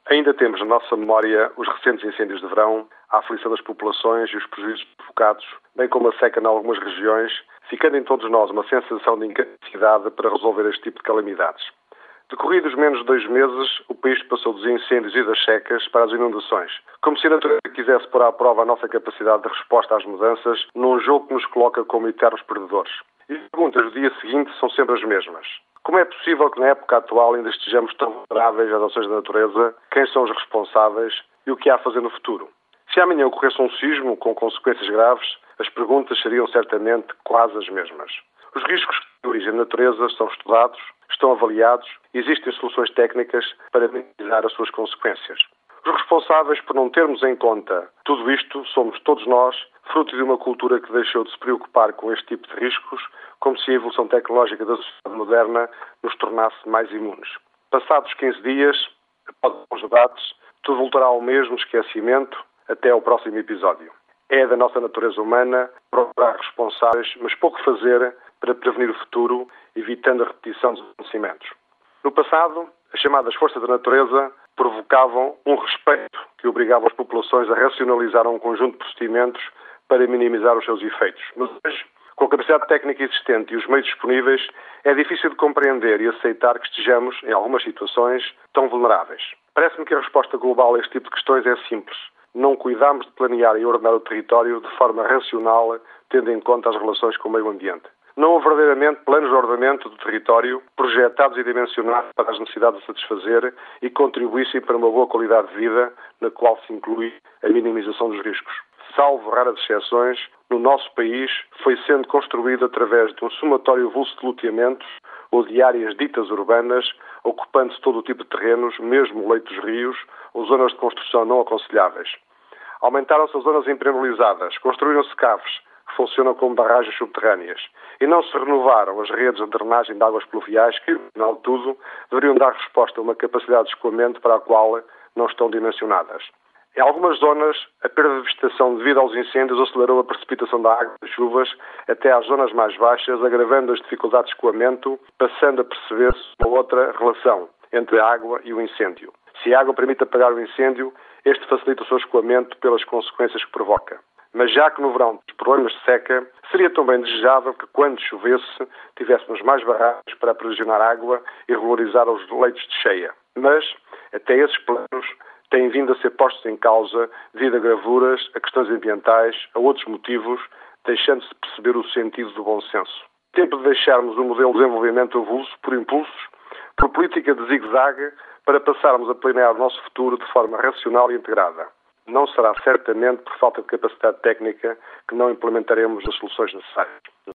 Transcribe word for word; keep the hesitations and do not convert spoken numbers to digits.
Ainda temos na nossa memória os recentes incêndios de verão, a aflição das populações e os prejuízos provocados, bem como a seca em algumas regiões, ficando em todos nós uma sensação de incapacidade para resolver este tipo de calamidades. Decorridos menos de dois meses, o país passou dos incêndios e das secas para as inundações, como se a natureza quisesse pôr à prova a nossa capacidade de resposta às mudanças num jogo que nos coloca como eternos perdedores. E as perguntas do dia seguinte são sempre as mesmas. Como é possível que na época atual ainda estejamos tão vulneráveis às ações da natureza? Quem são os responsáveis e o que há a fazer no futuro? Se amanhã ocorresse um sismo com consequências graves, as perguntas seriam certamente quase as mesmas. Os riscos de origem da natureza são estudados, estão avaliados e existem soluções técnicas para minimizar as suas consequências. Os responsáveis por não termos em conta tudo isto somos todos nós, fruto de uma cultura que deixou de se preocupar com este tipo de riscos, como se a evolução tecnológica da sociedade moderna nos tornasse mais imunes. Passados quinze dias, após os debates, tudo voltará ao mesmo esquecimento até ao próximo episódio. É da nossa natureza humana procurar responsáveis, mas pouco fazer para prevenir o futuro, evitando a repetição dos acontecimentos. No passado, as chamadas forças da natureza provocavam um respeito que obrigava as populações a racionalizar um conjunto de procedimentos para minimizar os seus efeitos. Mas hoje, com a capacidade técnica existente e os meios disponíveis, é difícil de compreender e aceitar que estejamos, em algumas situações, tão vulneráveis. Parece-me que a resposta global a este tipo de questões é simples. Não cuidamos de planear e ordenar o território de forma racional, tendo em conta as relações com o meio ambiente. Não há verdadeiramente planos de ordenamento do território projetados e dimensionados para as necessidades a satisfazer e contribuíssem para uma boa qualidade de vida, na qual se inclui a minimização dos riscos. Salvo raras exceções, no nosso país foi sendo construído através de um somatório avulso de loteamentos ou de áreas ditas urbanas, ocupando-se todo o tipo de terrenos, mesmo o leito dos rios, ou zonas de construção não aconselháveis. Aumentaram-se as zonas impermeabilizadas, construíram-se caves, que funcionam como barragens subterrâneas, e não se renovaram as redes de drenagem de águas pluviais que, afinal de tudo, deveriam dar resposta a uma capacidade de escoamento para a qual não estão dimensionadas. Em algumas zonas, a perda de vegetação devido aos incêndios acelerou a precipitação da água das chuvas até às zonas mais baixas, agravando as dificuldades de escoamento, passando a perceber-se uma outra relação entre a água e o incêndio. Se a água permite apagar o incêndio, este facilita o seu escoamento pelas consequências que provoca. Mas já que no verão temos problemas de seca, seria também desejável que quando chovesse tivéssemos mais barragens para aprisionar água e regularizar os leitos de cheia. Mas, até esses planos têm vindo a ser postos em causa devido a gravuras, a questões ambientais, a outros motivos, deixando-se perceber o sentido do bom senso. Tempo de deixarmos o modelo de desenvolvimento avulso por impulsos, por política de zigue-zague, para passarmos a planear o nosso futuro de forma racional e integrada. Não será certamente por falta de capacidade técnica que não implementaremos as soluções necessárias.